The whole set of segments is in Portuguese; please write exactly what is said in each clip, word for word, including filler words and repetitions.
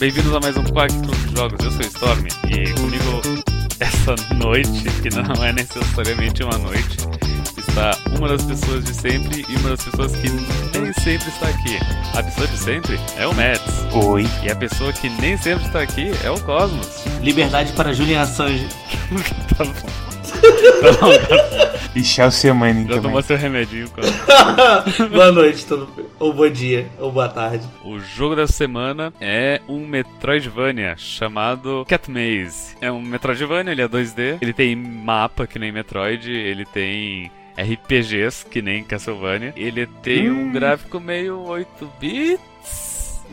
Bem-vindos a mais um Quack Clube de Jogos. Eu sou o Storm e comigo essa noite, que não é necessariamente uma noite, está uma das pessoas de sempre e uma das pessoas que nem sempre está aqui. A pessoa de sempre é o Mads. Oi. E a pessoa que nem sempre está aqui é o Cosmos. Liberdade para Julian Assange. Tá bom. Tá bom, tá bom. E Chelsea Manning Já também. tomou seu remedinho, Cosmos. Boa noite, todo... ou bom dia, ou boa tarde. O jogo da semana é um Metroidvania chamado Cat Maze. É um Metroidvania, ele é dois D, ele tem mapa que nem Metroid, ele tem R P Gs que nem Castlevania, ele tem hum. um gráfico meio oito bits.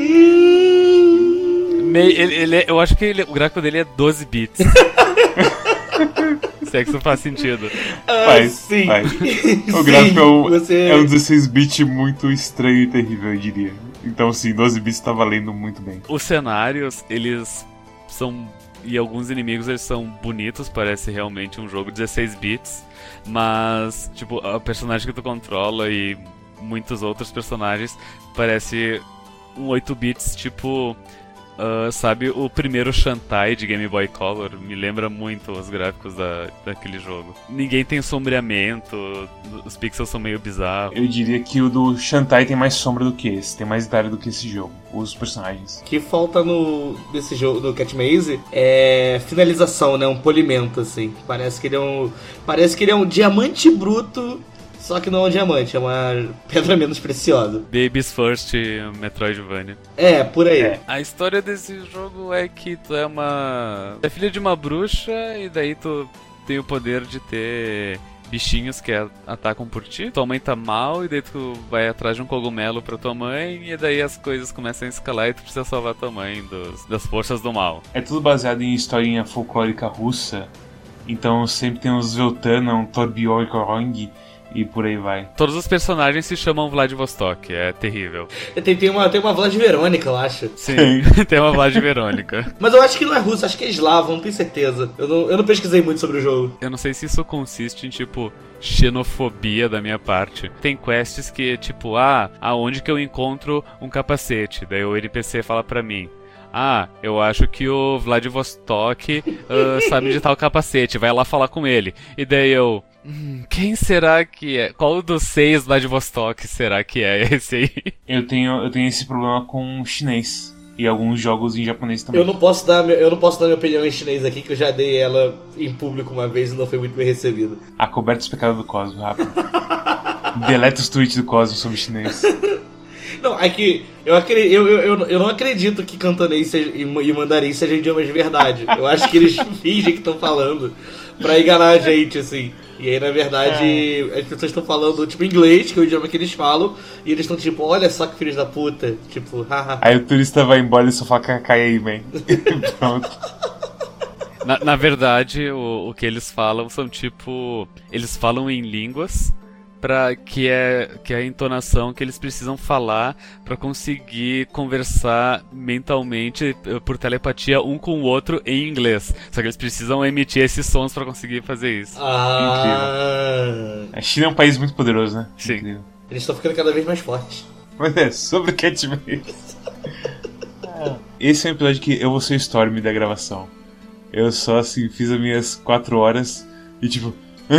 Hum. Meio, ele, ele é, eu acho que ele, o gráfico dele é doze bits. Se é que isso faz sentido. Ah, Faz, sim. faz. O Sim, gráfico é um, você... é um dezesseis bit muito estranho e terrível, eu diria. Então sim, doze bits tá valendo muito bem. Os cenários, eles são... E alguns inimigos, eles são bonitos, parece realmente um jogo dezesseis bits. Mas, tipo, a personagem que tu controla e muitos outros personagens parece um oito bits, tipo... Uh, sabe, o primeiro Shantae de Game Boy Color me lembra muito os gráficos da, daquele jogo. Ninguém tem sombreamento, os pixels são meio bizarros. Eu diria que o do Shantae tem mais sombra do que esse, tem mais detalhe do que esse jogo, os personagens. O que falta no desse jogo, do Cat Maze, é finalização, né? Um polimento, assim. Parece que ele é um, parece que ele é um diamante bruto. Só que não é um diamante, é uma pedra menos preciosa. Baby's First Metroidvania. É, por aí. É. A história desse jogo é que tu é uma... é filha de uma bruxa e daí tu tem o poder de ter bichinhos que atacam por ti. Tua mãe tá mal e daí tu vai atrás de um cogumelo pra tua mãe e daí as coisas começam a escalar e tu precisa salvar tua mãe dos, das forças do mal. É tudo baseado em historinha folclórica russa, então sempre tem uns Veltana, um Torbjorn Korong, e por aí vai. Todos os personagens se chamam Vladivostok, é terrível. Tem, tem, uma, tem uma Vlad Verônica, eu acho. Sim, tem uma Vlad Verônica. Mas eu acho que não é russo, acho que é eslavo, não tenho certeza. Eu não, eu não pesquisei muito sobre o jogo. Eu não sei se isso consiste em, tipo, xenofobia da minha parte. Tem quests que, tipo, ah, aonde que eu encontro um capacete? Daí o N P C fala pra mim: ah, eu acho que o Vladivostok uh, sabe de tal capacete, vai lá falar com ele. E daí eu... Hum, quem será que é? Qual dos seis Vladivostok será que é esse aí? Eu tenho, eu tenho esse problema com chinês e alguns jogos em japonês também. Eu não posso dar, eu não posso dar minha opinião em chinês aqui, que eu já dei ela em público uma vez e não foi muito bem recebida. A coberta dos pecados do Cosmo, rápido. Deleta os tweets do Cosmo sobre chinês. Não, é que eu, acredito, eu, eu, eu não acredito que cantonês seja, e mandarim sejam idiomas de verdade. Eu acho que eles fingem que estão falando pra enganar a gente, assim. E aí, na verdade, é. as pessoas estão falando, tipo, inglês, que é o idioma que eles falam, e eles estão tipo, olha só que filhos da puta. Tipo, haha. Aí o turista vai embora e só fala, cai aí, man. Pronto. Na, na verdade, o, o que eles falam são, tipo... Eles falam em línguas... Pra, que, é, que é a entonação que eles precisam falar pra conseguir conversar mentalmente por telepatia um com o outro em inglês. Só que eles precisam emitir esses sons pra conseguir fazer isso. Ah. Incrível. A China é um país muito poderoso, né? Sim. Incrível. Eles estão ficando cada vez mais fortes. Mas é, sobre Cat Maze. Esse é um episódio que eu vou ser o Storm da gravação. Eu só, assim, fiz as minhas quatro horas e tipo...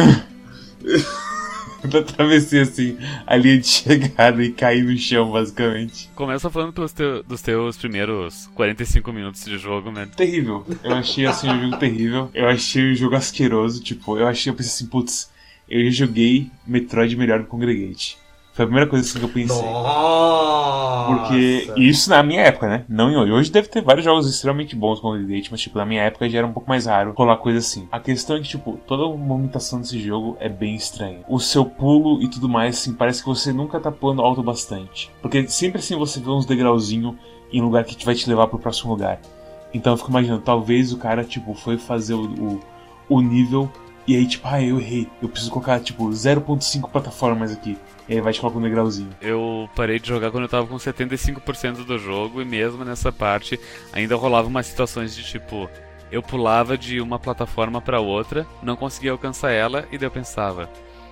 Eu atravessei assim a linha de chegada e caí no chão, basicamente. Começa falando pelos teu, dos teus primeiros quarenta e cinco minutos de jogo, né? Terrível. Eu achei assim um jogo terrível. Eu achei um jogo asqueroso. Tipo, eu achei, eu pensei assim, putz, eu já joguei Metroid melhor do que Congregate. Foi a primeira coisa assim que eu pensei. Nossa. Porque isso na minha época, né? Não em hoje. Hoje deve ter vários jogos extremamente bons com Congregate, mas tipo, na minha época já era um pouco mais raro rolar coisa assim. A questão é que, tipo, toda a movimentação desse jogo é bem estranha. O seu pulo e tudo mais, assim, parece que você nunca tá pulando alto o bastante. Porque sempre assim você vê uns degrauzinhos em um lugar que vai te levar pro próximo lugar. Então eu fico imaginando, talvez o cara, tipo, foi fazer o, o, o nível e aí, tipo, ah, eu errei. Eu preciso colocar, tipo, zero ponto cinco plataformas aqui. E aí vai te colocar um degrauzinho. Eu parei de jogar quando eu tava com setenta e cinco por cento do jogo e mesmo nessa parte ainda rolava umas situações de tipo... Eu pulava de uma plataforma pra outra, não conseguia alcançar ela e daí eu pensava...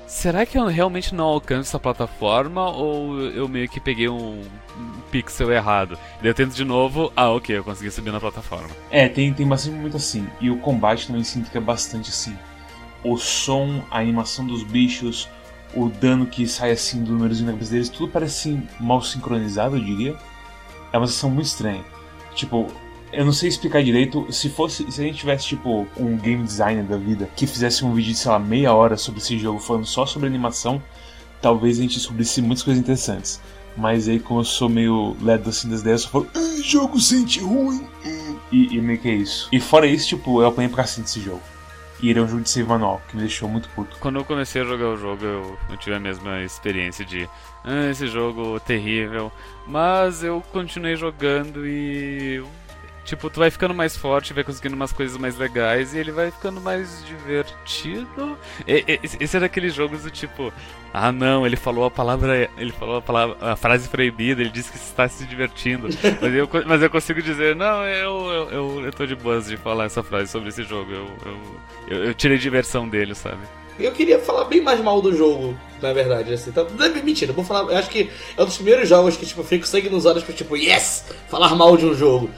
será que eu realmente não alcanço essa plataforma ou eu meio que peguei um, um pixel errado? Daí eu tento de novo, ah, ok, eu consegui subir na plataforma. É, tem, tem bastante momento assim. E o combate também sinto que é bastante assim. O som, a animação dos bichos, o dano que sai assim do númerozinho na cabeça deles, tudo parece assim, mal sincronizado, eu diria. É uma sensação muito estranha. Tipo, eu não sei explicar direito. Se fosse, se a gente tivesse tipo um game designer da vida que fizesse um vídeo de, sei lá, meia hora sobre esse jogo falando só sobre animação, talvez a gente descobrisse muitas coisas interessantes. Mas aí, como eu sou meio ledo assim das ideias, eu só falo, ah, jogo sente ruim. E, e meio que é isso. E fora isso, tipo, eu apanhei pra cacete desse jogo. E ele é um jogo de save manual, que me deixou muito puto. Quando eu comecei a jogar o jogo, eu, eu tive a mesma experiência de ah, esse jogo terrível. Mas eu continuei jogando e... tipo, tu vai ficando mais forte, vai conseguindo umas coisas mais legais e ele vai ficando mais divertido. E, e, esse é daqueles jogos do tipo... ah não, ele falou a palavra, ele falou a palavra, a frase proibida, ele disse que está se divertindo. mas, eu, mas eu consigo dizer, não, eu, eu, eu, eu tô de boas de falar essa frase sobre esse jogo. Eu, eu, eu, eu tirei diversão dele, sabe? Eu queria falar bem mais mal do jogo, na verdade, assim. Então, não é mentira, eu vou falar. Eu acho que é um dos primeiros jogos que, tipo, eu fico sangue nos olhos pra, tipo, yes! Falar mal de um jogo.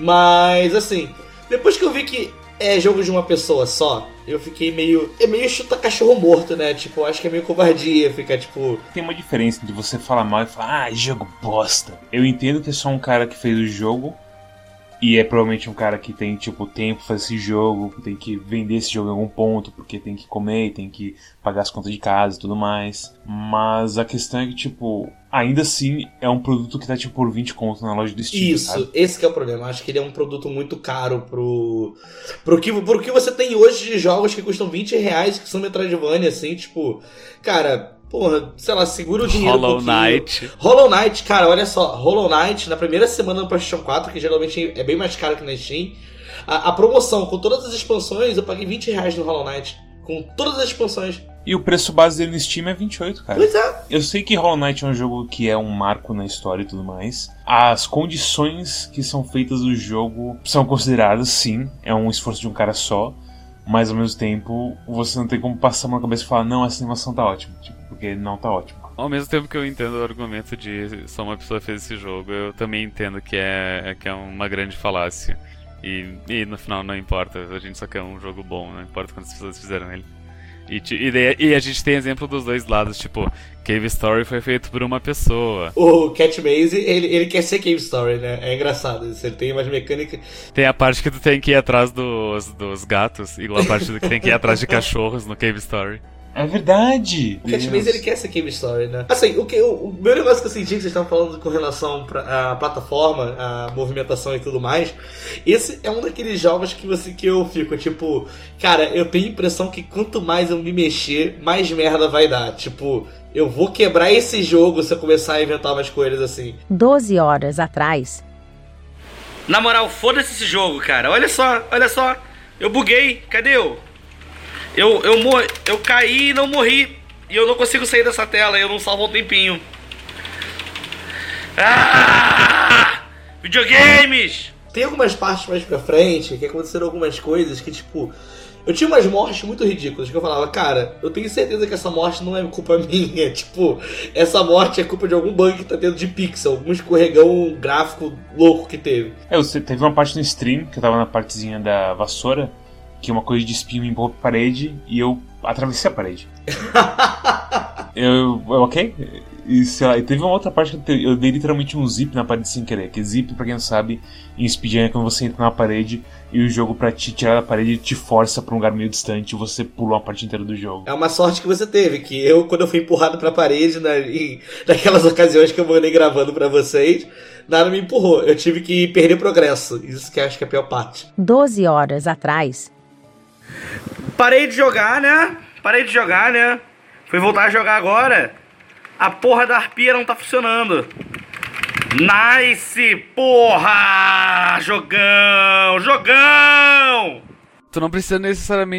Mas, assim, depois que eu vi que é jogo de uma pessoa só, eu fiquei meio... é meio chuta cachorro morto, né? Tipo, acho que é meio covardia ficar, tipo... Tem uma diferença entre você falar mal e falar, ah, jogo bosta. Eu entendo que é só um cara que fez o jogo, e é provavelmente um cara que tem, tipo, tempo pra fazer esse jogo, que tem que vender esse jogo em algum ponto, porque tem que comer, tem que pagar as contas de casa e tudo mais. Mas a questão é que, tipo, ainda assim é um produto que tá, tipo, por vinte contos na loja do Steam, Isso, sabe? esse que é o problema. Acho que ele é um produto muito caro pro... Pro que, pro que você tem hoje de jogos que custam vinte reais, que são Metroidvania, assim, tipo... Cara... Porra, sei lá, segura o dinheiro Hollow um pouquinho. Knight. Hollow Knight, cara, olha só. Hollow Knight, na primeira semana do PlayStation quatro, que geralmente é bem mais caro que na Steam, a, a promoção, com todas as expansões, eu paguei vinte reais no Hollow Knight. Com todas as expansões. E o preço base dele no Steam é vinte e oito, cara. Pois é. Eu sei que Hollow Knight é um jogo que é um marco na história e tudo mais. As condições que são feitas do jogo são consideradas, sim. É um esforço de um cara só. Mas ao mesmo tempo, você não tem como passar a mão na cabeça e falar, não, essa animação tá ótima. Tipo, porque não tá ótimo. Ao mesmo tempo que eu entendo o argumento de só uma pessoa fez esse jogo, eu também entendo que é, que é uma grande falácia. E, e no final não importa, a gente só quer um jogo bom, não importa quantas pessoas fizeram ele. E, e, e a gente tem exemplo dos dois lados, tipo, Cave Story foi feito por uma pessoa. O Cat Maze, ele, ele quer ser Cave Story, né? É engraçado isso, ele tem umas mecânicas... Tem a parte que tu tem que ir atrás dos, dos gatos, igual a parte do que tem que ir atrás de cachorros no Cave Story. É verdade! O Cat Maze, ele quer ser Cave Story, né? Assim, o, que, o, o meu negócio que eu senti que vocês estavam falando com relação à plataforma, à movimentação e tudo mais, esse é um daqueles jogos que, você, que eu fico, tipo... Cara, eu tenho a impressão que quanto mais eu me mexer, mais merda vai dar. Tipo, eu vou quebrar esse jogo se eu começar a inventar umas coisas assim. doze horas atrás. Na moral, foda-se esse jogo, cara. Olha só, olha só. Eu buguei. Cadê eu? Eu, eu, mor... eu caí e não morri. E eu não consigo sair dessa tela. Eu não salvo um tempinho. Ah! Videogames! Tem algumas partes mais pra frente que aconteceram algumas coisas que, tipo... Eu tinha umas mortes muito ridículas que eu falava, cara, eu tenho certeza que essa morte não é culpa minha. Tipo, essa morte é culpa de algum bug que tá dentro de pixel. Algum escorregão gráfico louco que teve. É, você teve uma parte no stream, que eu tava na partezinha da vassoura, que uma coisa de espinho me empurrou pra parede e eu atravessei a parede. eu, eu, ok? E, sei lá, e teve uma outra parte que eu, eu dei literalmente um zip na parede sem querer. Que zip, pra quem não sabe, em speedrun é quando você entra na parede e o jogo, pra te tirar da parede, te força pra um lugar meio distante e você pula uma parte inteira do jogo. É uma sorte que você teve, que eu, quando eu fui empurrado pra parede, na, em, naquelas ocasiões que eu mandei gravando pra vocês, nada me empurrou. Eu tive que perder progresso. Isso que eu acho que é a pior parte. doze horas atrás. Parei de jogar, né? Parei de jogar, né? Fui voltar a jogar agora. A porra da arpia não tá funcionando. Nice, porra! Jogão! Jogão! Tu não precisa necessariamente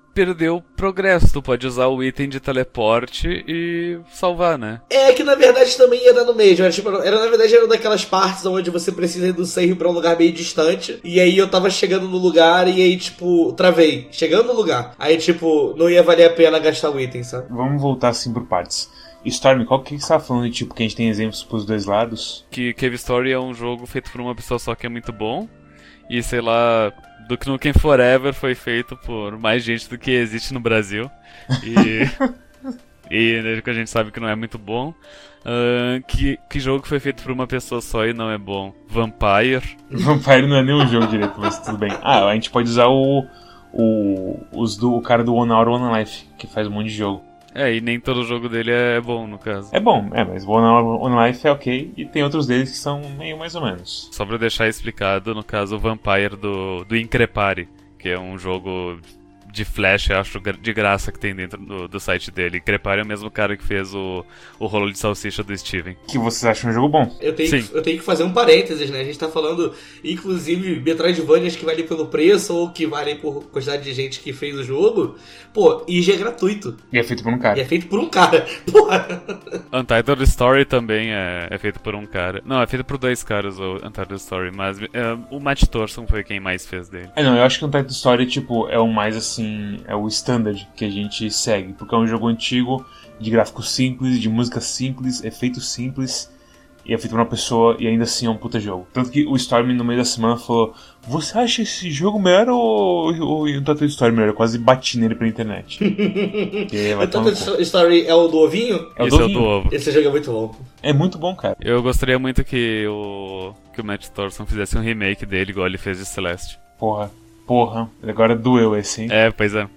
perdeu progresso. Tu pode usar o item de teleporte e salvar, né? É que na verdade também ia dar no mesmo. Era, tipo, era, na verdade era daquelas partes onde você precisa ir do save pra um lugar meio distante. E aí eu tava chegando no lugar e aí, tipo, travei. Chegando no lugar. Aí, tipo, não ia valer a pena gastar o item, sabe? Vamos voltar assim por partes. Storm, qual que você tá falando de tipo que a gente tem exemplos pros dois lados? Que Cave Story é um jogo feito por uma pessoa só que é muito bom. E sei lá, Duke Nukem Forever foi feito por mais gente do que existe no Brasil. E, e que a gente sabe que não é muito bom. Uh, que, que jogo foi feito por uma pessoa só e não é bom? Vampire. Vampire não é nem um jogo direito, mas tudo bem. Ah, a gente pode usar o, o, os do, o cara do One Hour One Life, que faz um monte de jogo. É, e nem todo jogo dele é bom, no caso. É bom, é, mas o One Hour One Life é ok, e tem outros deles que são meio mais ou menos. Só pra deixar explicado, no caso, o Vampire do, do Increpare, que é um jogo de Flash, acho, de graça que tem dentro do, do site dele. Increpare é o mesmo cara que fez o, o rolo de salsicha do Steven. Que vocês acham um jogo bom? Eu tenho, que, eu tenho que fazer um parênteses, né? A gente tá falando, inclusive, Metroidvanias que valem pelo preço ou que valem por quantidade de gente que fez o jogo. Pô, I G é gratuito. E é feito por um cara. E é feito por um cara. Porra. Untitled Story também é, é feito por um cara. Não, é feito por dois caras, o Untitled Story, mas é, o Matt Thorson foi quem mais fez dele. É, não, eu acho que o Untitled Story, tipo, é o mais assim, é o standard que a gente segue, porque é um jogo antigo, de gráficos simples, de música simples, efeitos simples, e é feito por uma pessoa, e ainda assim é um puta jogo. Tanto que o Storm no meio da semana falou: você acha esse jogo melhor ou o Untitled Story melhor? Eu quase bati nele pela internet. O Untitled Story é o do ovinho? É o Esse do ovinho. É o do ovo. Esse jogo é muito bom. É muito bom, cara. Eu gostaria muito que o, que o Matt Thorson fizesse um remake dele, igual ele fez de Celeste. Porra. Porra, agora doeu esse, hein? É, pois é.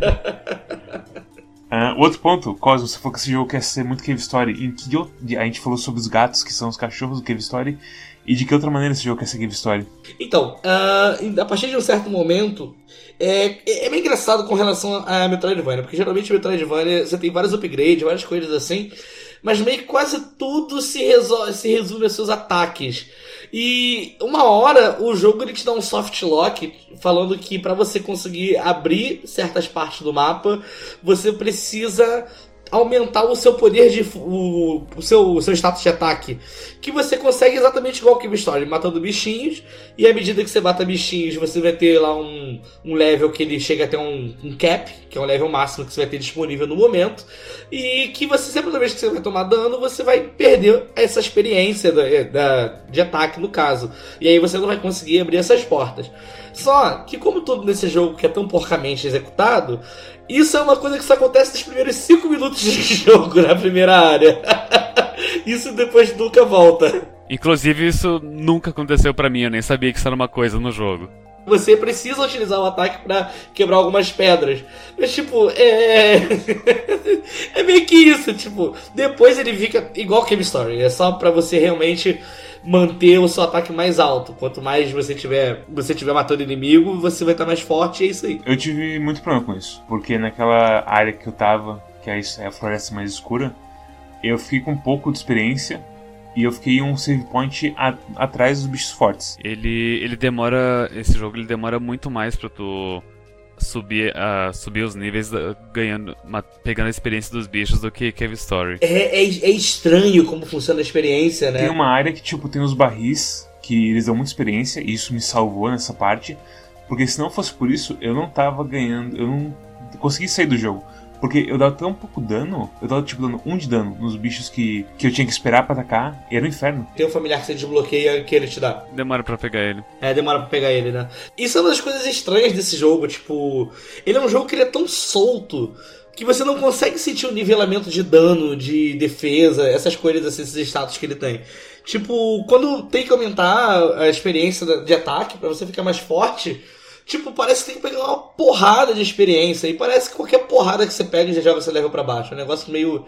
uh, outro ponto, Cosmo, você falou que esse jogo quer ser muito Cave Story. Em que eu, a gente falou sobre os gatos, que são os cachorros do Cave Story. E de que outra maneira esse jogo quer ser Cave Story? Então, uh, a partir de um certo momento, é, é meio engraçado com relação a Metroidvania. Porque geralmente Metroidvania, você tem vários upgrades, várias coisas assim. Mas meio que quase tudo se, resolve, se resume aos seus ataques. E uma hora o jogo ele te dá um soft lock falando que para você conseguir abrir certas partes do mapa, você precisa aumentar o seu poder de o, o, seu, o seu status de ataque, que você consegue exatamente igual que o Cave Story, matando bichinhos, e à medida que você mata bichinhos, você vai ter lá um, um level que ele chega até um, um cap, que é o level máximo que você vai ter disponível no momento, e que você sempre, toda vez que você vai tomar dano, você vai perder essa experiência da, da, de ataque, no caso, e aí você não vai conseguir abrir essas portas. Só que como tudo nesse jogo que é tão porcamente executado, isso é uma coisa que só acontece nos primeiros cinco minutos de jogo na primeira área. Isso depois nunca volta. Inclusive isso nunca aconteceu pra mim, eu nem sabia que isso era uma coisa no jogo. Você precisa utilizar o ataque pra quebrar algumas pedras. Mas, tipo, é... é meio que isso, tipo... Depois ele fica igual Cave Story. É só pra você realmente manter o seu ataque mais alto. Quanto mais você tiver, você tiver matando inimigo, você vai estar mais forte, e é isso aí. Eu tive muito problema com isso. Porque naquela área que eu tava, que é a floresta mais escura, eu fiquei com um pouco de experiência... E eu fiquei um save point a, atrás dos bichos fortes. Ele, ele demora... Esse jogo ele demora muito mais pra tu subir, uh, subir os níveis uh, ganhando, uma, pegando a experiência dos bichos do que Cave Story. É, é, é estranho como funciona a experiência, né? Tem uma área que tipo tem os barris, que eles dão muita experiência, e isso me salvou nessa parte. Porque se não fosse por isso, eu não tava ganhando... Eu não consegui sair do jogo. Porque eu dava tão pouco dano, eu tava tipo dando um de dano nos bichos que, que eu tinha que esperar pra atacar, e era um inferno. Tem um familiar que você desbloqueia que ele te dá. Demora pra pegar ele. É, demora pra pegar ele, né? Isso é uma das coisas estranhas desse jogo, tipo... Ele é um jogo que ele é tão solto que você não consegue sentir o nivelamento de dano, de defesa, essas coisas, assim, esses status que ele tem. Tipo, quando tem que aumentar a experiência de ataque pra você ficar mais forte... Tipo, parece que tem que pegar uma porrada de experiência. E parece que qualquer porrada que você pega já joga você leva pra baixo. É um negócio meio...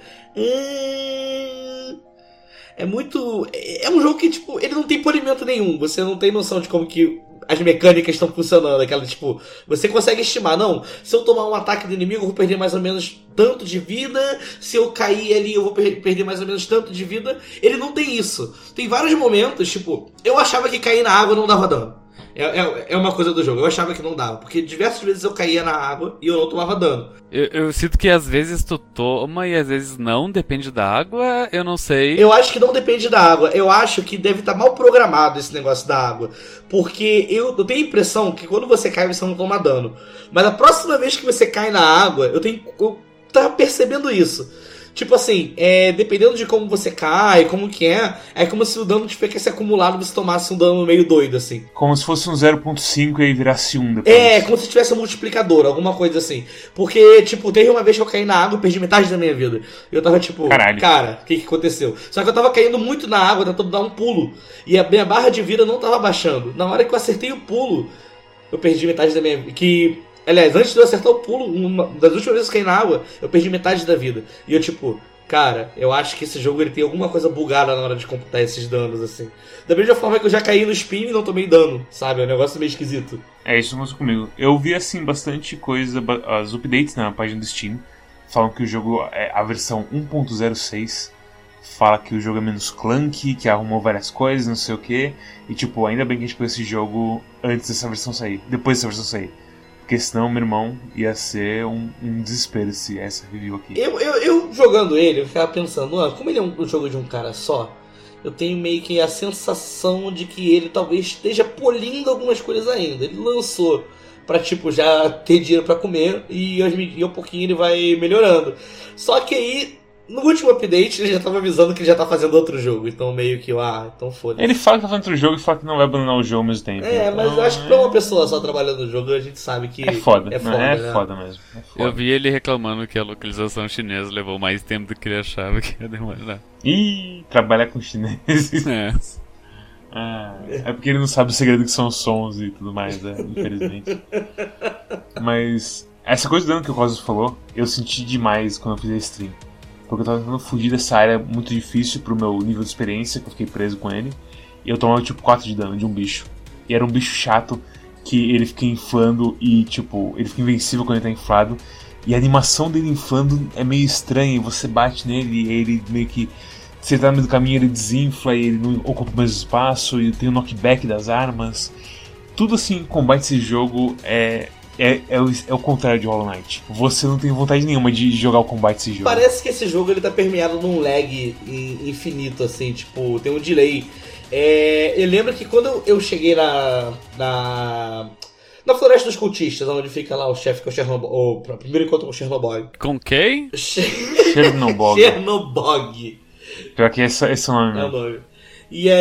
É muito... É um jogo que, tipo, ele não tem polimento nenhum. Você não tem noção de como que as mecânicas estão funcionando. Aquela, tipo... Você consegue estimar, não. Se eu tomar um ataque do inimigo, eu vou perder mais ou menos tanto de vida. Se eu cair ali, eu vou per- perder mais ou menos tanto de vida. Ele não tem isso. Tem vários momentos, tipo... Eu achava que cair na água não dava dano. É, é, é uma coisa do jogo. Eu achava que não dava, porque diversas vezes eu caía na água e eu não tomava dano. Eu, eu sinto que às vezes tu toma e às vezes não, depende da água, eu não sei. Eu acho que não depende da água. Eu acho que deve estar mal programado esse negócio da água. Porque eu, eu tenho a impressão que quando você cai, você não toma dano. Mas a próxima vez que você cai na água, eu tenho. Eu tava percebendo isso. Tipo assim, é, dependendo de como você cai, como que é, é como se o dano tivesse acumulado e você tomasse um dano meio doido, assim. Como se fosse um zero ponto cinco e aí virasse um depois. É, como se tivesse um multiplicador, alguma coisa assim. Porque, tipo, teve uma vez que eu caí na água e perdi metade da minha vida. E eu tava tipo, Caralho. Cara, o que que aconteceu? Só que eu tava caindo muito na água, tentando dar um pulo. E a minha barra de vida não tava baixando. Na hora que eu acertei o pulo, eu perdi metade da minha vida. Que... Aliás, antes de eu acertar o pulo, uma das últimas vezes que eu caí na água, eu perdi metade da vida. E eu, tipo, cara, eu acho que esse jogo ele tem alguma coisa bugada na hora de computar esses danos, assim. Da mesma forma que eu já caí no spin e não tomei dano, sabe? É um negócio meio esquisito. É, isso aconteceu comigo. Eu vi, assim, bastante coisa, as updates na página do Steam falam que o jogo, é a versão um ponto zero seis, fala que o jogo é menos clunky, que arrumou várias coisas, não sei o que. E, tipo, ainda bem que a gente pegou esse jogo antes dessa versão sair, depois dessa versão sair. Porque senão, meu irmão, ia ser um, um desespero se essa review aqui. Eu, eu, eu jogando ele, eu ficava pensando, ah, como ele é um, um jogo de um cara só, eu tenho meio que a sensação de que ele talvez esteja polindo algumas coisas ainda. Ele lançou pra, tipo, já ter dinheiro pra comer e aos um pouquinho ele vai melhorando. Só que aí, no último update, ele já tava avisando que ele já tá fazendo outro jogo. Então meio que, ah, então foda-se. Ele fala que tá fazendo outro jogo e fala que não vai abandonar o jogo ao mesmo tempo. É, mas então, eu acho que pra uma pessoa só trabalhando no jogo, a gente sabe que é foda. é foda, é né? foda mesmo. É foda. Eu vi ele reclamando que a localização chinesa levou mais tempo do que ele achava que ia demorar. Ih, trabalhar com chineses. É. Ah, é porque ele não sabe o segredo que são os sons e tudo mais, né? Infelizmente. Mas essa coisa do dano que o Cosmos falou, eu senti demais quando eu fiz a stream. Porque eu tava tentando fugir dessa área muito difícil pro meu nível de experiência, que eu fiquei preso com ele. E eu tomava tipo quatro de dano de um bicho. E era um bicho chato que ele fica inflando e tipo, ele fica invencível quando ele tá inflado. E a animação dele inflando é meio estranha. E você bate nele e ele meio que... Se ele tá no meio do caminho ele desinfla e ele não ocupa mais espaço. E tem o knockback das armas. Tudo assim, combate desse jogo é... É, é, o, é o contrário de Hollow Knight. Você não tem vontade nenhuma de jogar o combate desse jogo. Parece que esse jogo ele tá permeado num lag infinito, assim, tipo, tem um delay. É, eu lembro que quando eu cheguei na. na. na Floresta dos Cultistas, onde fica lá o chefe que é o Chernobyl. O primeiro encontro com o Chernobyl. Com quem? Chernobyl. Chernobyl. Pior que esse, esse é o nome É o mesmo. nome. E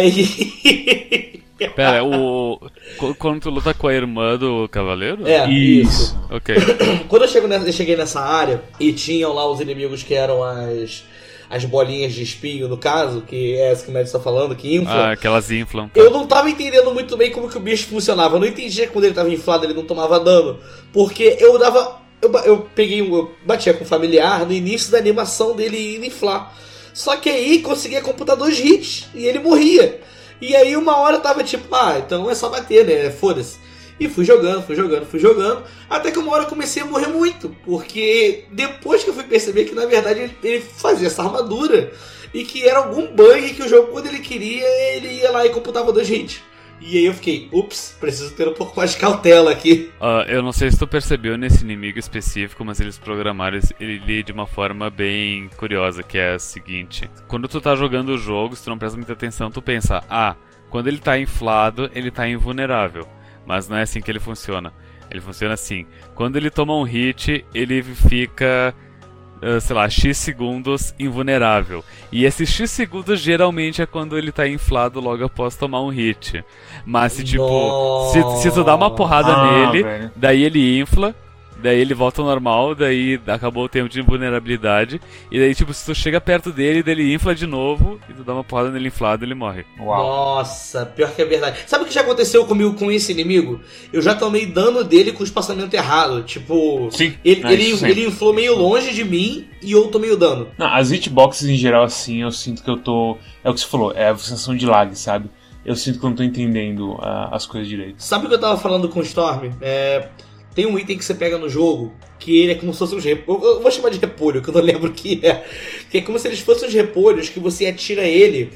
aí. Pera, o. Quando tu luta com a irmã do cavaleiro? É, isso. Isso. Ok. Quando eu, chego nessa, eu cheguei nessa área e tinham lá os inimigos que eram as. as bolinhas de espinho, no caso, que é essa que o Mads tá falando, que inflam. Ah, aquelas inflam. Eu não tava entendendo muito bem como que o bicho funcionava. Eu não entendia que quando ele tava inflado ele não tomava dano. Porque eu dava. Eu, eu peguei um. Eu batia com o familiar no início da animação dele indo inflar. Só que aí conseguia computar dois hits e ele morria. E aí uma hora eu tava tipo, ah, então é só bater, né? Foda-se. E fui jogando, fui jogando, fui jogando. Até que uma hora eu comecei a morrer muito. Porque depois que eu fui perceber que na verdade ele, ele fazia essa armadura. E que era algum bug que o jogo, quando ele queria, ele ia lá e computava dois hits. E aí eu fiquei, ups, preciso ter um pouco mais de cautela aqui. Uh, eu não sei se tu percebeu nesse inimigo específico, mas eles programaram ele de uma forma bem curiosa, que é a seguinte. Quando tu tá jogando o jogo, se tu não presta muita atenção, tu pensa, ah, quando ele tá inflado, ele tá invulnerável. Mas não é assim que ele funciona. Ele funciona assim, quando ele toma um hit, ele fica... Uh, sei lá, X segundos invulnerável. E esses X segundos geralmente é quando ele tá inflado logo após tomar um hit. Mas se tipo, se, se tu dá uma porrada Ah, nele, velho. daí ele infla, daí ele volta ao normal, daí acabou o tempo de invulnerabilidade. E daí tipo, se tu chega perto dele, daí ele infla de novo, e tu dá uma porrada nele inflado, ele morre. Uau. Nossa, pior que é verdade. Sabe o que já aconteceu comigo com esse inimigo? Eu já tomei dano dele com o espaçamento errado. Tipo, Sim. ele, Não, ele, isso sempre. ele inflou meio longe de mim e eu tomei o dano. Não, as hitboxes em geral, assim, eu sinto que eu tô... É o que você falou, é a sensação de lag, sabe? Eu sinto que eu não tô entendendo uh, as coisas direito. Sabe o que eu tava falando com o Storm? É, tem um item que você pega no jogo que ele é como se fosse uns repolhos. Eu vou chamar de repolho, que eu não lembro o que é. Que é como se eles fossem uns repolhos que você atira ele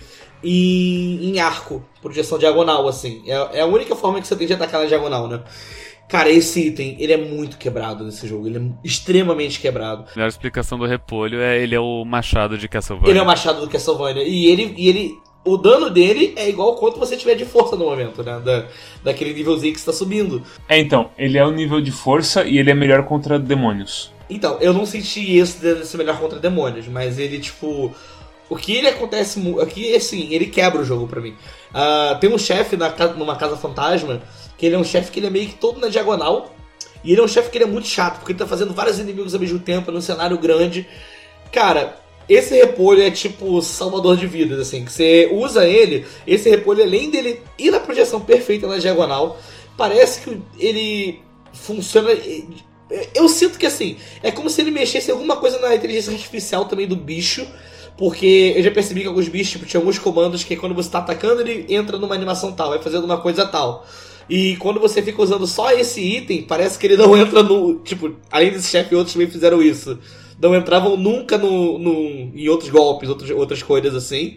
em, em arco, projeção diagonal, assim. É, é a única forma que você tem de atacar na diagonal, né? Cara, esse item, ele é muito quebrado nesse jogo. Ele é extremamente quebrado. A melhor explicação do repolho é ele é o machado de Castlevania. Ele é o machado do Castlevania. E ele... E ele o dano dele é igual quanto você tiver de força no momento, né? Da, daquele nívelzinho que você tá subindo. É, então, ele é o nível de força e ele é melhor contra demônios. Então, eu não senti esse de ser melhor contra demônios, mas ele, tipo... O que ele acontece... Aqui, assim, ele quebra o jogo pra mim. Uh, tem um chefe na, numa casa fantasma, que ele é um chefe que ele é meio que todo na diagonal, e ele é um chefe que ele é muito chato, porque ele tá fazendo vários inimigos ao mesmo tempo, num cenário grande. Cara... Esse repolho é tipo salvador de vidas, assim, que você usa ele, esse repolho, além dele ir na projeção perfeita na diagonal, parece que ele funciona... Eu sinto que, assim, é como se ele mexesse alguma coisa na inteligência artificial também do bicho, porque eu já percebi que alguns bichos, tipo, tinha alguns comandos que quando você tá atacando, ele entra numa animação tal, vai fazendo uma coisa tal. E quando você fica usando só esse item, parece que ele não entra no... Tipo, além desse chefe, outros também fizeram isso. Não entravam nunca no, no, em outros golpes, outros, outras coisas assim.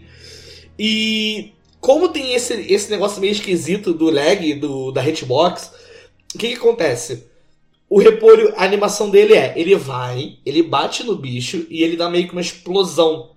E como tem esse, esse negócio meio esquisito do lag, do, da hitbox, o que, que acontece? O repolho, a animação dele é, ele vai, ele bate no bicho e ele dá meio que uma explosão.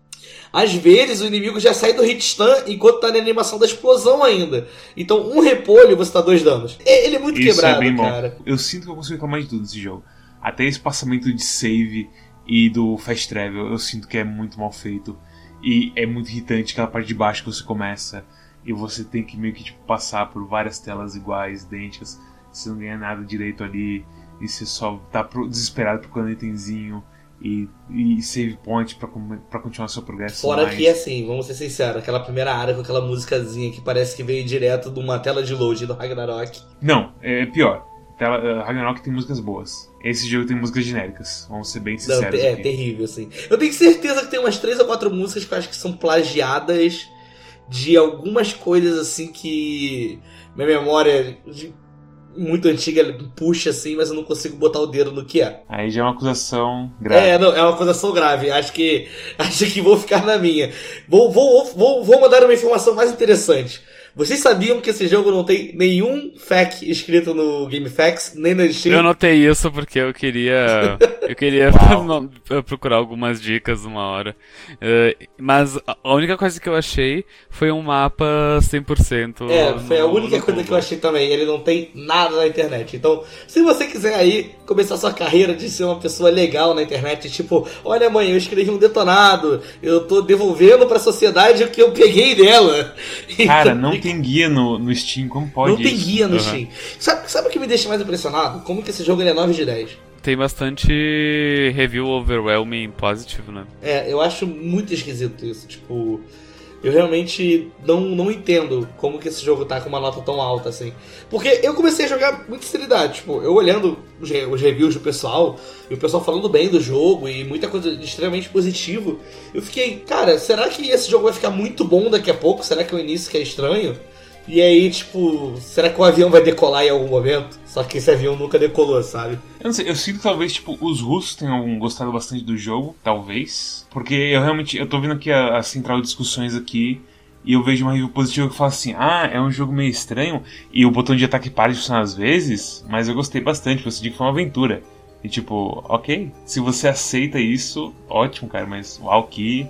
Às vezes o inimigo já sai do hit stun enquanto tá na animação da explosão ainda. Então um repolho você dá dois danos. Ele é muito Isso quebrado, é bem cara. Bom. Eu sinto que eu consigo reclamar de tudo nesse jogo. Até esse passamento de save e do fast travel, eu sinto que é muito mal feito. E é muito irritante aquela parte de baixo que você começa e você tem que meio que tipo, passar por várias telas iguais, idênticas. Você não ganha nada direito ali e você só tá desesperado procurando itemzinho e, e save point pra, pra continuar seu progresso. Fora mais. que, assim, vamos ser sinceros, aquela primeira área com aquela musicazinha que parece que veio direto de uma tela de load do Ragnarok. Não, é pior. Tela, uh, Ragnarok tem músicas boas. Esse jogo tem músicas genéricas. Vamos ser bem sinceros. Não, é aqui. terrível, assim. Eu tenho certeza que tem umas três ou quatro músicas que eu acho que são plagiadas de algumas coisas, assim, que minha memória de muito antiga puxa, assim, mas eu não consigo botar o dedo no que é. Aí já é uma acusação grave. É, não, é uma acusação grave. Acho que, acho que vou ficar na minha. Vou, vou, vou, vou mandar uma informação mais interessante. Vocês sabiam que esse jogo não tem nenhum F A Q escrito no GameFAQs, nem na Steam? Eu notei isso porque eu queria eu queria procurar algumas dicas uma hora. Uh, mas a única coisa que eu achei foi um mapa cem por cento. É, foi a no, única no coisa Google. que eu achei também. Ele não tem nada na internet. Então, se você quiser aí começar sua carreira de ser uma pessoa legal na internet, tipo, olha mãe, eu escrevi um detonado, eu tô devolvendo pra sociedade o que eu peguei dela. Cara, Então, não tem guia no, no Steam, como pode Não tem isso? guia no Uhum. Steam. Sabe, sabe o que me deixa mais impressionado? Como que esse jogo ele é nove de dez. Tem bastante review overwhelming positivo, né? É, eu acho muito esquisito isso. Tipo, eu realmente não, não entendo como que esse jogo tá com uma nota tão alta assim. Porque eu comecei a jogar muita seriedade. Tipo, eu olhando os, re- os reviews do pessoal, e o pessoal falando bem do jogo, e muita coisa extremamente positivo, eu fiquei, cara, será que esse jogo vai ficar muito bom daqui a pouco? Será que é o início que é estranho? E aí, tipo, será que o avião vai decolar em algum momento? Só que esse avião nunca decolou, sabe? Eu não sei, eu sinto que talvez, tipo, os russos tenham gostado bastante do jogo, talvez. Porque eu realmente, eu tô vendo aqui a, a central de discussões aqui, e eu vejo uma review positiva que fala assim, ah, é um jogo meio estranho, e o botão de ataque para de funcionar às vezes, mas eu gostei bastante, porque eu senti que foi uma aventura. E tipo, ok, se você aceita isso, ótimo, cara, mas uau, que...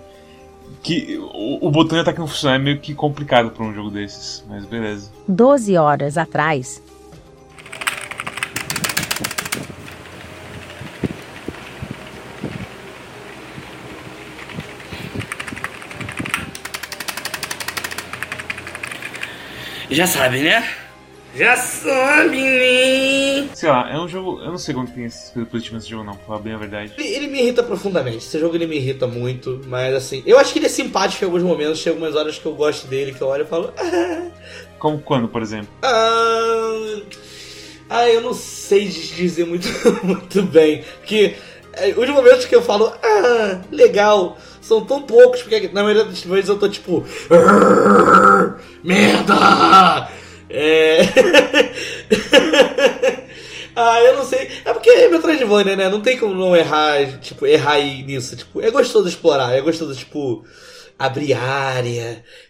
que o, o botão de ataque não funcionar é meio que complicado pra um jogo desses, mas beleza. doze horas atrás. Já sabe, né? Já sabe, né? Sei lá, é um jogo, eu não sei como tem essas coisas positivas nesse jogo não, pra falar bem a verdade. Ele, ele me irrita profundamente. Esse jogo ele me irrita muito, mas assim, eu acho que ele é simpático em alguns momentos. Tem algumas horas que eu gosto dele, que eu olho e falo, ah, Como quando, por exemplo? ah, ah eu não sei dizer muito, muito bem, porque é, os momentos que eu falo, ah, legal, são tão poucos, porque na maioria das vezes eu tô tipo, merda! É... ah, eu não sei. É porque é Metroidvania, né? Não tem como não errar, tipo, errar aí nisso. Tipo, é gostoso explorar, é gostoso, tipo, abrir área,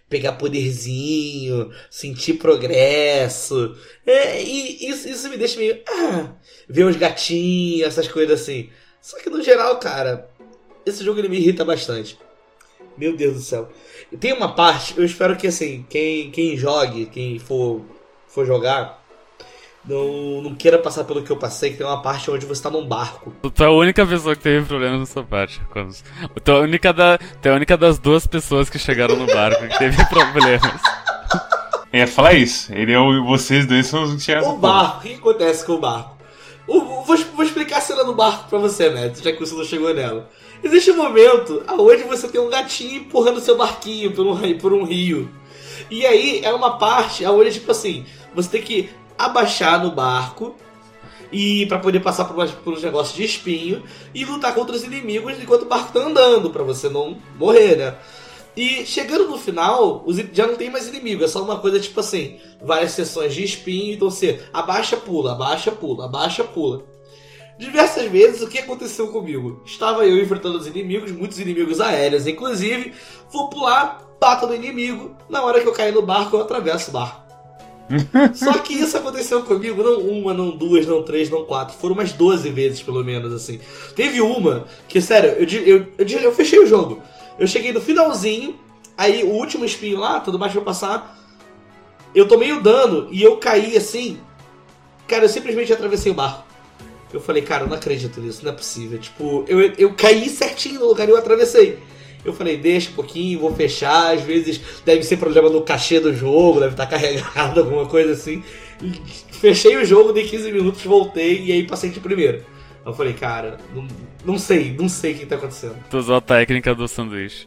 pegar poderzinho, sentir progresso. É, e isso, isso me deixa meio... Ah, ver os gatinhos, essas coisas assim. Só que no geral, cara, esse jogo ele me irrita bastante. Meu Deus do céu. Tem uma parte, eu espero que assim, quem, quem jogue, quem for, for jogar, não, não queira passar pelo que eu passei, que tem uma parte onde você tá num barco. Tu é a única pessoa que teve problema nessa parte. Quando... Tu, é a única da... tu é a única das duas pessoas que chegaram no barco que teve problemas. Eu ia falar isso. Ele é o... Vocês dois são os que chegaram. O barco, o que acontece com o barco? O, o, vou, vou explicar a cena do barco pra você, né? Já que você não chegou nela. Existe um momento onde você tem um gatinho empurrando seu barquinho por um, por um rio. E aí é uma parte onde, tipo assim, você tem que abaixar no barco e para poder passar por, umas, por uns negócios de espinho e lutar contra os inimigos enquanto o barco tá andando, pra você não morrer, né? E chegando no final, os, já não tem mais inimigo, é só uma coisa tipo assim, várias sessões de espinho, então você abaixa, pula, abaixa, pula, abaixa, pula. Diversas vezes, o que aconteceu comigo? Estava eu enfrentando os inimigos, muitos inimigos aéreos, inclusive, vou pular, bato no inimigo, na hora que eu cair no barco, eu atravesso o barco. Só que isso aconteceu comigo, não uma, não duas, não três, não quatro, foram umas doze vezes, pelo menos, assim. Teve uma que, sério, eu, eu, eu, eu fechei o jogo. Eu cheguei no finalzinho, aí o último espinho lá, tudo mais pra eu passar, eu tomei o dano e eu caí assim, cara, eu simplesmente atravessei o barco. Eu falei, cara, eu não acredito nisso, não é possível. Tipo, eu, eu caí certinho no lugar e eu atravessei. Eu falei, deixa um pouquinho, vou fechar. Às vezes deve ser problema no cachê do jogo, deve estar carregado, alguma coisa assim. Fechei o jogo, dei quinze minutos, voltei e aí passei de primeiro. Eu falei, cara, não, não sei, não sei o que tá acontecendo. Tu usou a técnica do sanduíche.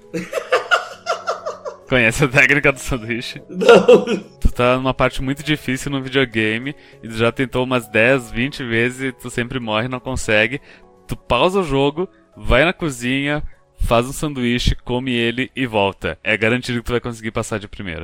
Conhece a técnica do sanduíche? Não. Tu tá numa parte muito difícil no videogame e tu já tentou umas dez, vinte vezes e tu sempre morre, não consegue. Tu pausa o jogo, vai na cozinha, faz um sanduíche, come ele e volta. É garantido que tu vai conseguir passar de primeira.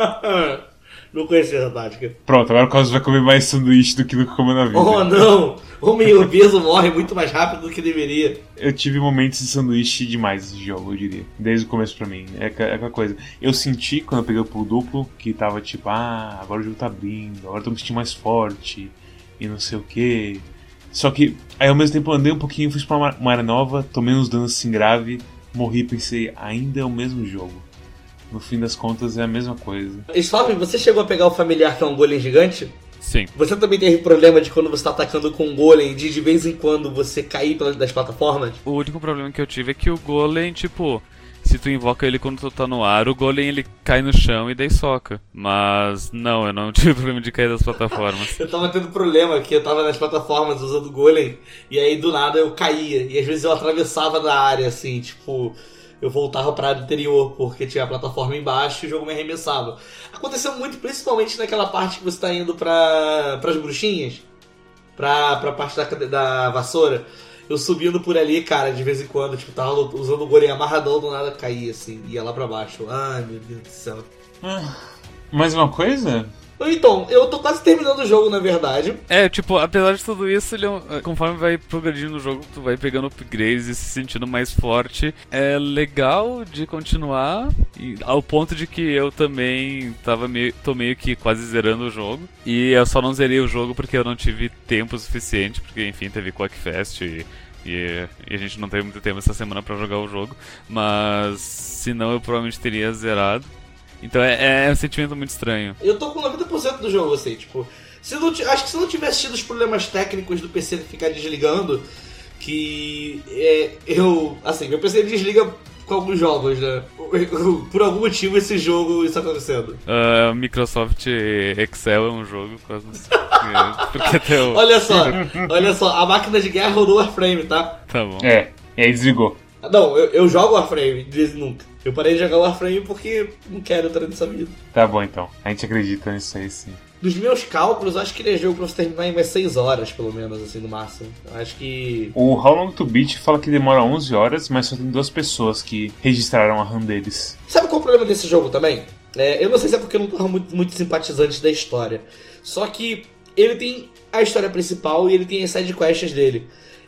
Não conhecia essa tática. Pronto, agora o Cosmos vai comer mais sanduíche do que nunca comeu na vida. Oh, não! O meio obeso morre muito mais rápido do que deveria. Eu tive momentos de sanduíche demais nesse jogo, eu diria. Desde o começo pra mim. É aquela coisa. Eu senti, quando eu peguei o pulo duplo, que tava tipo, ah, agora o jogo tá abrindo, agora eu tô me sentindo mais forte, e não sei o que. Só que, aí ao mesmo tempo eu andei um pouquinho, fui pra uma área nova, tomei uns danos assim grave, morri e pensei, ainda é o mesmo jogo. No fim das contas é a mesma coisa. Stop, você chegou a pegar o familiar que é um golem gigante? Sim. Você também teve problema de quando você tá atacando com um golem, de de vez em quando você cair das plataformas? O único problema que eu tive é que o golem, tipo, se tu invoca ele quando tu tá no ar, o golem ele cai no chão e daí soca. Mas não, eu não tive problema de cair das plataformas. Eu tava tendo problema que eu tava nas plataformas usando o golem, e aí do nada eu caía, e às vezes eu atravessava da área, assim, tipo... Eu voltava pra área anterior, porque tinha a plataforma embaixo e o jogo me arremessava. Aconteceu muito, principalmente naquela parte que você tá indo pra, pras bruxinhas, pra, pra parte da, da vassoura. Eu subindo por ali, cara, de vez em quando, tipo, tava usando o golem amarradão, do nada caía, assim, ia lá pra baixo. Ai, meu Deus do céu. Ah, mais uma coisa? Então, eu tô quase terminando o jogo, na verdade. É, tipo, apesar de tudo isso, ele é um, conforme vai progredindo no jogo, tu vai pegando upgrades e se sentindo mais forte. É legal de continuar, e, ao ponto de que eu também tava meio, tô meio que quase zerando o jogo. E eu só não zerei o jogo porque eu não tive tempo suficiente, porque enfim, teve Quackfest e... E, e a gente não teve muito tempo essa semana pra jogar o jogo. Mas senão eu provavelmente teria zerado. Então é, é um sentimento muito estranho. Eu tô com noventa por cento do jogo, assim, tipo... Se não, acho que se não tivesse tido os problemas técnicos do P C ficar desligando, que é, eu... Assim, meu P C desliga com alguns jogos, né? Por algum motivo esse jogo está acontecendo. Uh, Microsoft Excel é um jogo quase... Porque teu... Olha só, olha só, a máquina de guerra rodou Warframe, tá? Tá bom. É, e aí desligou. Não, eu, eu jogo Warframe, desde nunca. Eu parei de jogar Warframe porque não quero entrar nessa vida. Tá bom então, a gente acredita nisso aí sim. Dos meus cálculos, acho que ele é jogo pra você terminar em mais seis horas, pelo menos, assim, no máximo. Acho que... O How Long to Beat fala que demora onze horas, mas só tem duas pessoas que registraram a RAM deles. Sabe qual é o problema desse jogo também? É, eu não sei se é porque eu não tava muito, muito simpatizante da história. Só que ele tem a história principal e ele tem as side quests dele.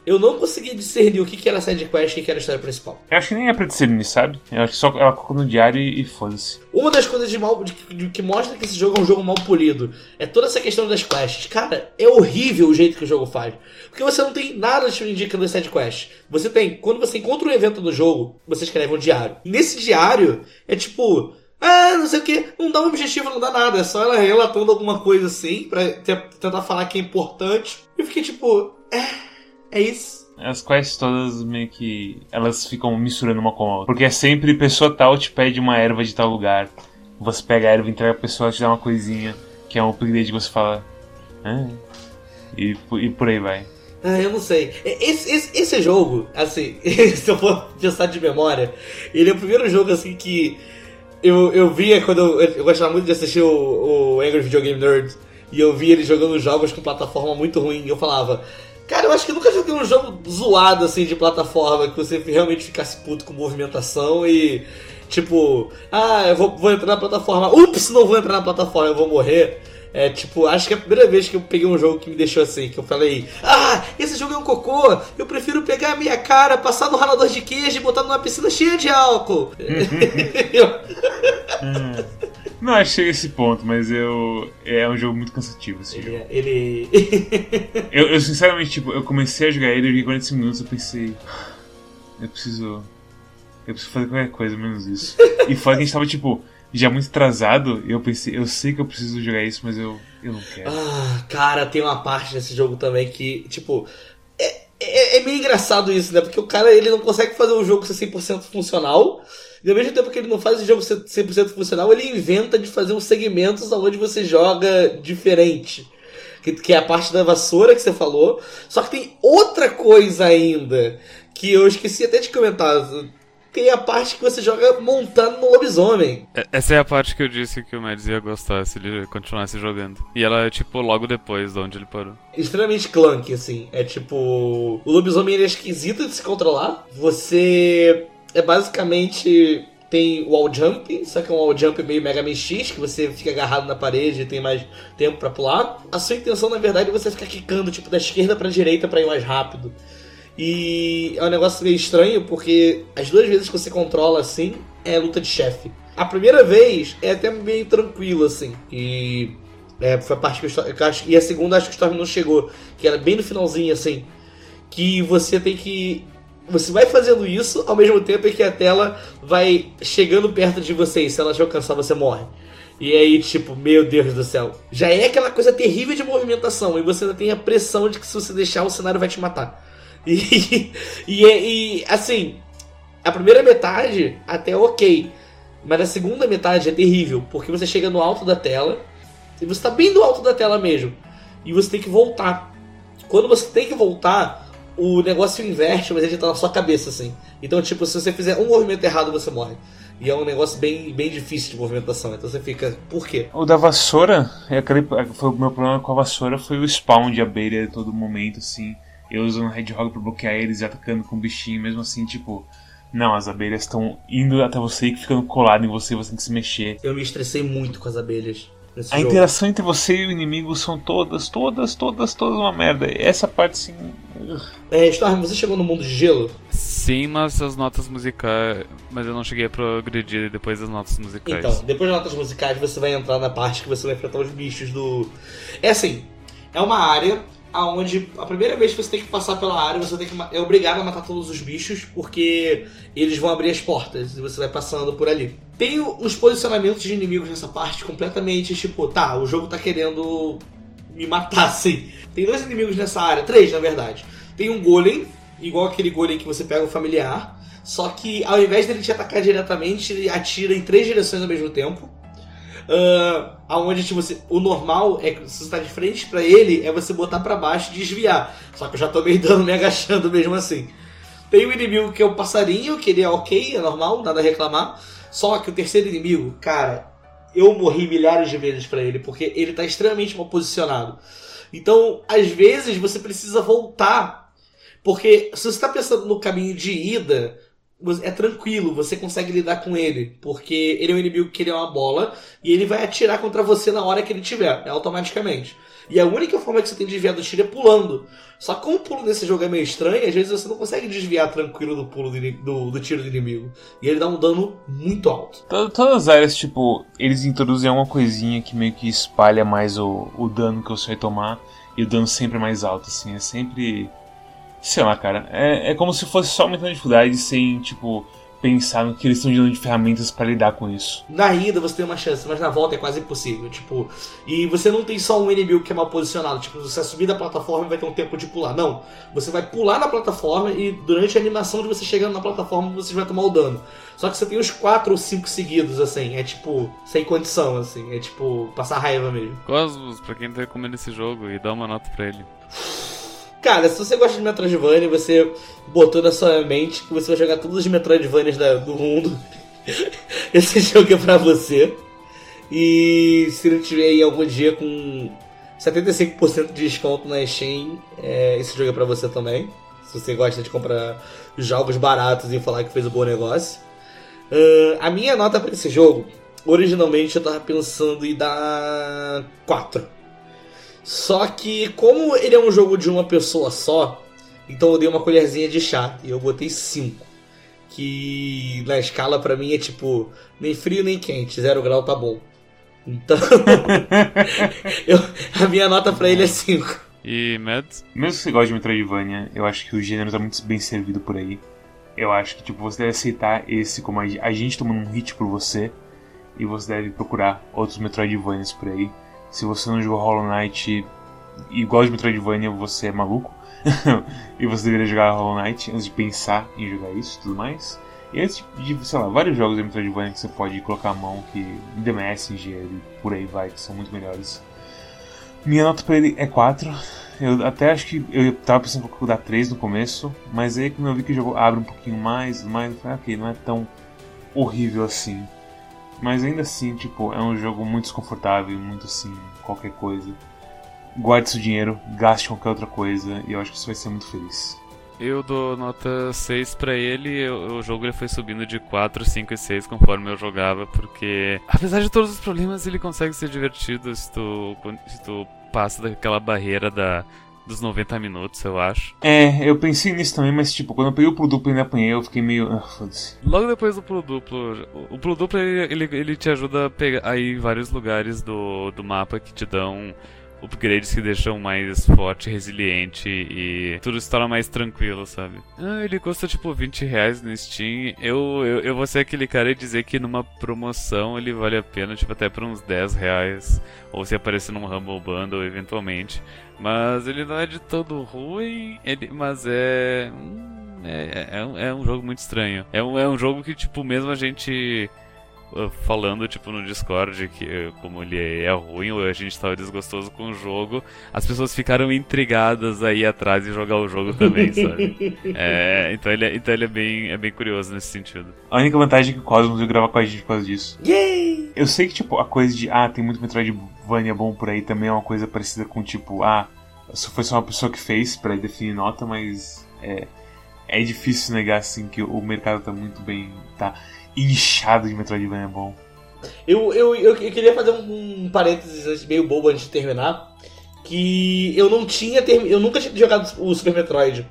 eu não conseguia discernir o que, que era side quest e o que, que era a história principal. Eu acho que nem é pra discernir, sabe? Eu acho que só ela coloca no diário e, e foda-se. Uma das coisas de mal, de, de, que mostra que esse jogo é um jogo mal polido é toda essa questão das quests. Cara, é horrível o jeito que o jogo faz. Porque você não tem nada te indicando as side quests. Você tem, quando você encontra um evento no jogo, você escreve um diário. E nesse diário, é tipo... Ah, não sei o que, não dá um objetivo, não dá nada. É só ela relatando alguma coisa assim, pra te, tentar falar que é importante. E eu fiquei tipo... É, é isso. As quests todas meio que... Elas ficam misturando uma com a outra. Porque é sempre pessoa tal te pede uma erva de tal lugar. Você pega a erva, entrega a pessoa, te dá uma coisinha. Que é um upgrade que você fala... Ah, e, e por aí vai. Ah, eu não sei. Esse, esse, esse jogo, assim... se eu for pensar de memória... Ele é o primeiro jogo, assim, que... Eu, eu via quando... Eu, eu gostava muito de assistir o, o Angry Video Game Nerd. E eu via ele jogando jogos com plataforma muito ruim. E eu falava... Cara, eu acho que eu nunca joguei um jogo zoado, assim, de plataforma, que você realmente ficasse puto com movimentação e, tipo, ah, eu vou, vou entrar na plataforma, ups, não vou entrar na plataforma, eu vou morrer. É, tipo, acho que é a primeira vez que eu peguei um jogo que me deixou assim, que eu falei, ah, esse jogo é um cocô, eu prefiro pegar a minha cara, passar no ralador de queijo e botar numa piscina cheia de álcool. Não, acho que chega a esse ponto, mas eu... É um jogo muito cansativo esse ele, jogo. Ele... eu, eu, sinceramente, tipo, eu comecei a jogar ele, eu joguei quarenta e cinco minutos, eu pensei... Eu preciso... Eu preciso fazer qualquer coisa, menos isso. E fora que a gente tava, tipo, já muito atrasado, e eu pensei, eu sei que eu preciso jogar isso, mas eu, eu não quero. Ah, cara, tem uma parte desse jogo também que, tipo... É, é, é meio engraçado isso, né? Porque o cara, ele não consegue fazer um jogo ser cem por cento funcional... E ao mesmo tempo que ele não faz o jogo cem por cento funcional, ele inventa de fazer uns segmentos onde você joga diferente. Que, que é a parte da vassoura que você falou. Só que tem outra coisa ainda, que eu esqueci até de comentar. Tem a parte que você joga montando no lobisomem. Essa é a parte que eu disse que o Mads ia gostar se ele continuasse jogando. E ela é tipo logo depois de onde ele parou. Extremamente clunky, assim. É tipo... O lobisomem ele é esquisito de se controlar. Você... É basicamente, tem wall jump, só que é um wall jump meio Mega Man X, que você fica agarrado na parede e tem mais tempo pra pular. A sua intenção, na verdade, é você ficar quicando, tipo, da esquerda pra direita pra ir mais rápido. E é um negócio meio estranho, porque as duas vezes que você controla, assim, é luta de chefe. A primeira vez é até meio tranquilo, assim, e... É, foi a parte que eu, eu acho, e a segunda acho que o Storm não chegou, que era bem no finalzinho, assim, que você tem que... Você vai fazendo isso ao mesmo tempo que a tela vai chegando perto de você e se ela te alcançar você morre. E aí tipo, meu Deus do céu. Já é aquela coisa terrível de movimentação e você ainda tem a pressão de que se você deixar o cenário vai te matar. E, e, e assim, a primeira metade até é ok. Mas a segunda metade é terrível, porque você chega no alto da tela e você tá bem no alto da tela mesmo. E você tem que voltar. Quando você tem que voltar... O negócio inverte, mas ele tá na sua cabeça, assim. Então, tipo, se você fizer um movimento errado, você morre. E é um negócio bem, bem difícil de movimentação. Então você fica, por quê? O da vassoura, é aquele, foi o meu problema com a vassoura foi o spawn de abelha a todo momento, assim. Eu usando o Hedgehog pra bloquear eles e atacando com o bichinho, mesmo assim, tipo... Não, as abelhas estão indo até você e ficando colado em você, você tem que se mexer. Eu me estressei muito com as abelhas. A jogo. Interação entre você e o inimigo são todas, todas, todas, todas uma merda. Essa parte, sim... É, Storm, você chegou no mundo de gelo? Sim, mas as notas musicais... Mas eu não cheguei a progredir depois das notas musicais. Então, depois das notas musicais você vai entrar na parte que você vai enfrentar os bichos do... É assim, é uma área onde a primeira vez que você tem que passar pela área, você tem que é obrigado a matar todos os bichos, porque eles vão abrir as portas e você vai passando por ali. Tem uns posicionamentos de inimigos nessa parte completamente tipo, tá, o jogo tá querendo me matar, assim. Tem dois inimigos nessa área, três na verdade. Tem um golem, igual aquele golem que você pega o familiar, só que ao invés dele te atacar diretamente, ele atira em três direções ao mesmo tempo. Uh, aonde tipo, você, o normal é que se você tá de frente pra ele, é você botar pra baixo e desviar. Só que eu já tô meio dando, me agachando mesmo assim. Tem o inimigo que é o passarinho, que ele é ok, é normal, nada a reclamar. Só que o terceiro inimigo, cara, eu morri milhares de vezes pra ele, porque ele tá extremamente mal posicionado. Então, às vezes, você precisa voltar. Porque se você tá pensando no caminho de ida, é tranquilo, você consegue lidar com ele, porque ele é um inimigo que ele é uma bola e ele vai atirar contra você na hora que ele tiver, é automaticamente. E a única forma que você tem de desviar do tiro é pulando. Só que como o pulo desse jogo é meio estranho, às vezes você não consegue desviar tranquilo do pulo do, do, do tiro do inimigo. E ele dá um dano muito alto. Todas as áreas, tipo, eles introduzem uma coisinha que meio que espalha mais o, o dano que você vai tomar. E o dano sempre é mais alto, assim, é sempre... Sei lá, cara, é, é como se fosse só aumentando a dificuldade sem, tipo, pensar no que eles estão dando de ferramentas pra lidar com isso. Na ida você tem uma chance, mas na volta é quase impossível, tipo... E você não tem só um inimigo que é mal posicionado, tipo, você vai subir da plataforma e vai ter um tempo de pular. Não, você vai pular na plataforma e durante a animação de você chegando na plataforma você vai tomar o dano. Só que você tem uns quatro ou cinco seguidos, assim, é tipo, sem condição, assim, é tipo, passar raiva mesmo. Cosmos, pra quem tá recomendando esse jogo, e dá uma nota pra ele. Cara, se você gosta de Metroidvania, você botou na sua mente que você vai jogar todos os Metroidvanias da, do mundo, esse jogo é pra você. E se não tiver aí algum dia com setenta e cinco por cento de desconto na Steam, é, esse jogo é pra você também. Se você gosta de comprar jogos baratos e falar que fez um bom negócio. Uh, a minha nota pra esse jogo, originalmente eu tava pensando em dar quatro. Só que como ele é um jogo de uma pessoa só, então eu dei uma colherzinha de chá e eu botei cinco. Que na escala pra mim é tipo, nem frio nem quente, zero grau tá bom. Então, eu, a minha nota pra ele é cinco. E Mads? Mesmo que você goste de Metroidvania, eu acho que o gênero tá muito bem servido por aí. Eu acho que tipo, você deve aceitar esse como a gente tomando um hit por você. E você deve procurar outros Metroidvanias por aí. Se você não jogou Hollow Knight igual de Metroidvania, você é maluco. E você deveria jogar Hollow Knight antes de pensar em jogar isso e tudo mais. E antes de, sei lá, vários jogos de Metroidvania que você pode colocar a mão, que The Messenger e por aí vai, que são muito melhores. Minha nota pra ele é quatro. Eu até acho que eu tava pensando em dar três no começo, mas aí quando eu vi que o jogo abre um pouquinho mais, mais eu falei, ok, não é tão horrível assim. Mas ainda assim, tipo, é um jogo muito desconfortável, muito assim, qualquer coisa. Guarde seu dinheiro, gaste qualquer outra coisa, e eu acho que você vai ser muito feliz. Eu dou nota seis pra ele, eu, o jogo ele foi subindo de quatro, cinco e seis conforme eu jogava, porque apesar de todos os problemas, ele consegue ser divertido se tu, se tu passa daquela barreira da... dos noventa minutos, eu acho. É, eu pensei nisso também, mas tipo, quando eu peguei o pulo duplo e ainda apanhei, eu fiquei meio... Ah, foda-se. Logo depois do pulo duplo, o pulo duplo ele, ele, ele te ajuda a pegar aí vários lugares do, do mapa que te dão upgrades que deixam mais forte, resiliente e tudo se torna mais tranquilo, sabe? Ah, ele custa tipo vinte reais no Steam. Eu, eu, eu vou ser aquele cara e dizer que numa promoção ele vale a pena, tipo até por uns dez reais. Ou se aparecer num Humble Bundle eventualmente. Mas ele não é de todo ruim, ele, mas é, é, é, um, é um jogo muito estranho. É um, é um jogo que, tipo, mesmo a gente uh, falando, tipo, no Discord que uh, como ele é, é ruim ou a gente tava desgostoso com o jogo, as pessoas ficaram intrigadas aí atrás e jogar o jogo também, sabe? É, então ele, é, então ele é, bem, é bem curioso nesse sentido. A única vantagem é que o Cosmos veio gravar com a gente por causa disso. Yay! Eu sei que, tipo, a coisa de, ah, tem muito Metroidvania bom por aí também é uma coisa parecida com, tipo, ah, isso foi só uma pessoa que fez pra definir nota, mas é, é difícil negar, assim, que o mercado tá muito bem, tá inchado de Metroidvania bom. Eu, eu, eu, eu queria fazer um, um parênteses meio bobo antes de terminar, que eu não tinha, term... eu nunca tinha jogado o Super Metroid.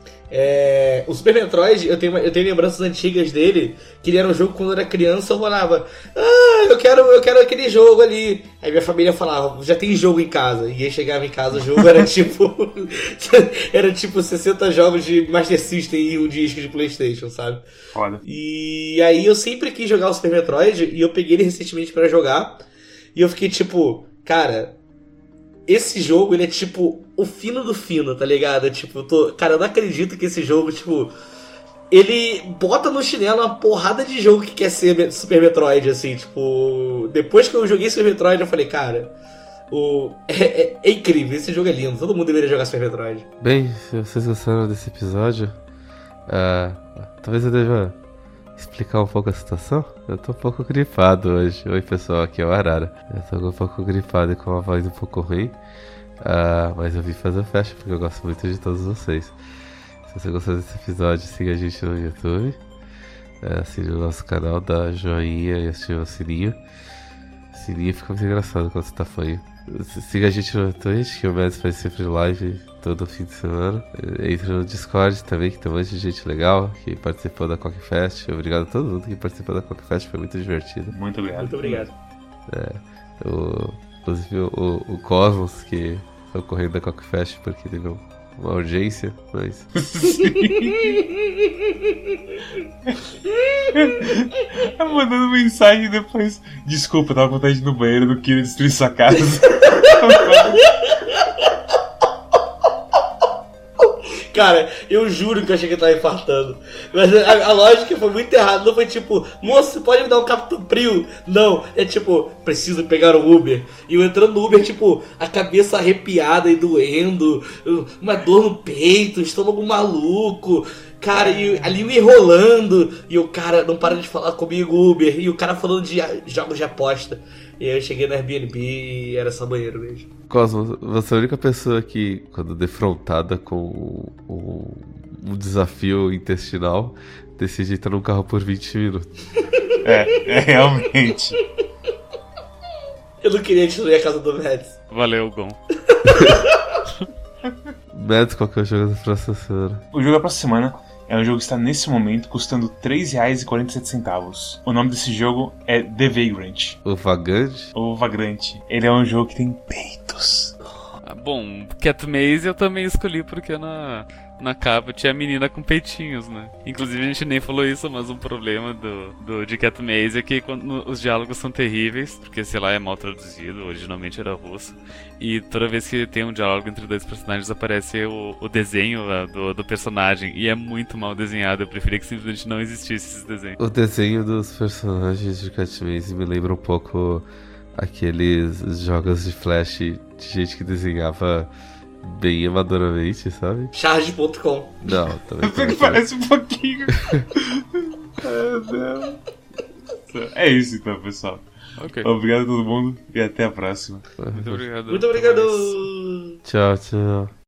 É, o Super Metroid, eu tenho, eu tenho lembranças antigas dele, que ele era um jogo quando eu era criança, eu falava, ah, eu quero, eu quero aquele jogo ali. Aí minha família falava, já tem jogo em casa. E aí chegava em casa, o jogo era tipo era tipo sessenta jogos de Master System e um disco de PlayStation, sabe? Foda. E aí eu sempre quis jogar o Super Metroid e eu peguei ele recentemente pra jogar. E eu fiquei tipo, cara, esse jogo, ele é tipo o fino do fino, tá ligado? Tipo, eu tô... Cara, eu não acredito que esse jogo, tipo... Ele bota no chinelo uma porrada de jogo que quer ser Super Metroid, assim, tipo... Depois que eu joguei Super Metroid, eu falei, cara... O... É, é, é incrível, esse jogo é lindo, todo mundo deveria jogar Super Metroid. Bem, se vocês gostaram desse episódio... Uh, talvez eu deva explicar um pouco a situação. Eu tô um pouco gripado hoje. Oi pessoal, aqui é o Arara. Eu tô um pouco gripado e com uma voz um pouco ruim. Uh, mas eu vim fazer festa porque eu gosto muito de todos vocês. Se você gostou desse episódio, siga a gente no YouTube. É, assine o nosso canal, dá joinha e ativa o sininho. Sininho fica muito engraçado quando você tá fanho. Siga a gente no Twitch, que o Mads faz sempre live todo fim de semana. Entra no Discord também, que tem um monte de gente legal que participou da Coque Fest. Obrigado a todo mundo que participou da Coque Fest, foi muito divertido. Muito obrigado. Muito obrigado. É, o, inclusive o, o Cosmos, que tá correndo da Coque Fest porque teve um, uma urgência, mas... Tá mandando mensagem depois. Desculpa, eu tava com vontade de ir no banheiro, não queria destruir sua casa. Cara, eu juro que eu achei que eu tava infartando. Mas a, a lógica foi muito errada. Não foi tipo, moço, você pode me dar um Captopril? Não, é tipo, preciso pegar um Uber. E eu entrando no Uber, tipo, a cabeça arrepiada e doendo, uma dor no peito, estômago maluco. Cara, e ali me enrolando. E o cara não para de falar comigo, Uber. E o cara falando de jogos de aposta. E aí eu cheguei no Airbnb e era só banheiro mesmo. Cosmos, você é a única pessoa que, quando defrontada com um, um desafio intestinal, decide entrar num carro por vinte minutos. É, é realmente. Eu não queria destruir a casa do Mads. Valeu, Gon. Mads, qual que é o jogo da próxima semana? O jogo da próxima semana é um jogo que está nesse momento custando três reais e quarenta e sete centavos. O nome desse jogo é The Vagrant. O Vagante? O Vagrante. Ele é um jogo que tem peitos. Ah, bom, Cat Maze eu também escolhi porque na, na capa tinha a menina com peitinhos, né? Inclusive a gente nem falou isso, mas um problema do, do de Cat Maze é que quando, os diálogos são terríveis, porque sei lá, é mal traduzido, originalmente era russo. E toda vez que tem um diálogo entre dois personagens aparece o, o desenho uh, do, do personagem. E é muito mal desenhado, eu preferia que simplesmente não existisse esse desenho. O desenho dos personagens de Cat Maze me lembra um pouco aqueles jogos de flash de gente que desenhava bem amadoramente, sabe? charge ponto com. Não, também Porque parece um pouquinho. É, Deus. É isso então, pessoal. Ok. Obrigado a todo mundo e até a próxima. Muito obrigado. Muito obrigado. Tchau, tchau.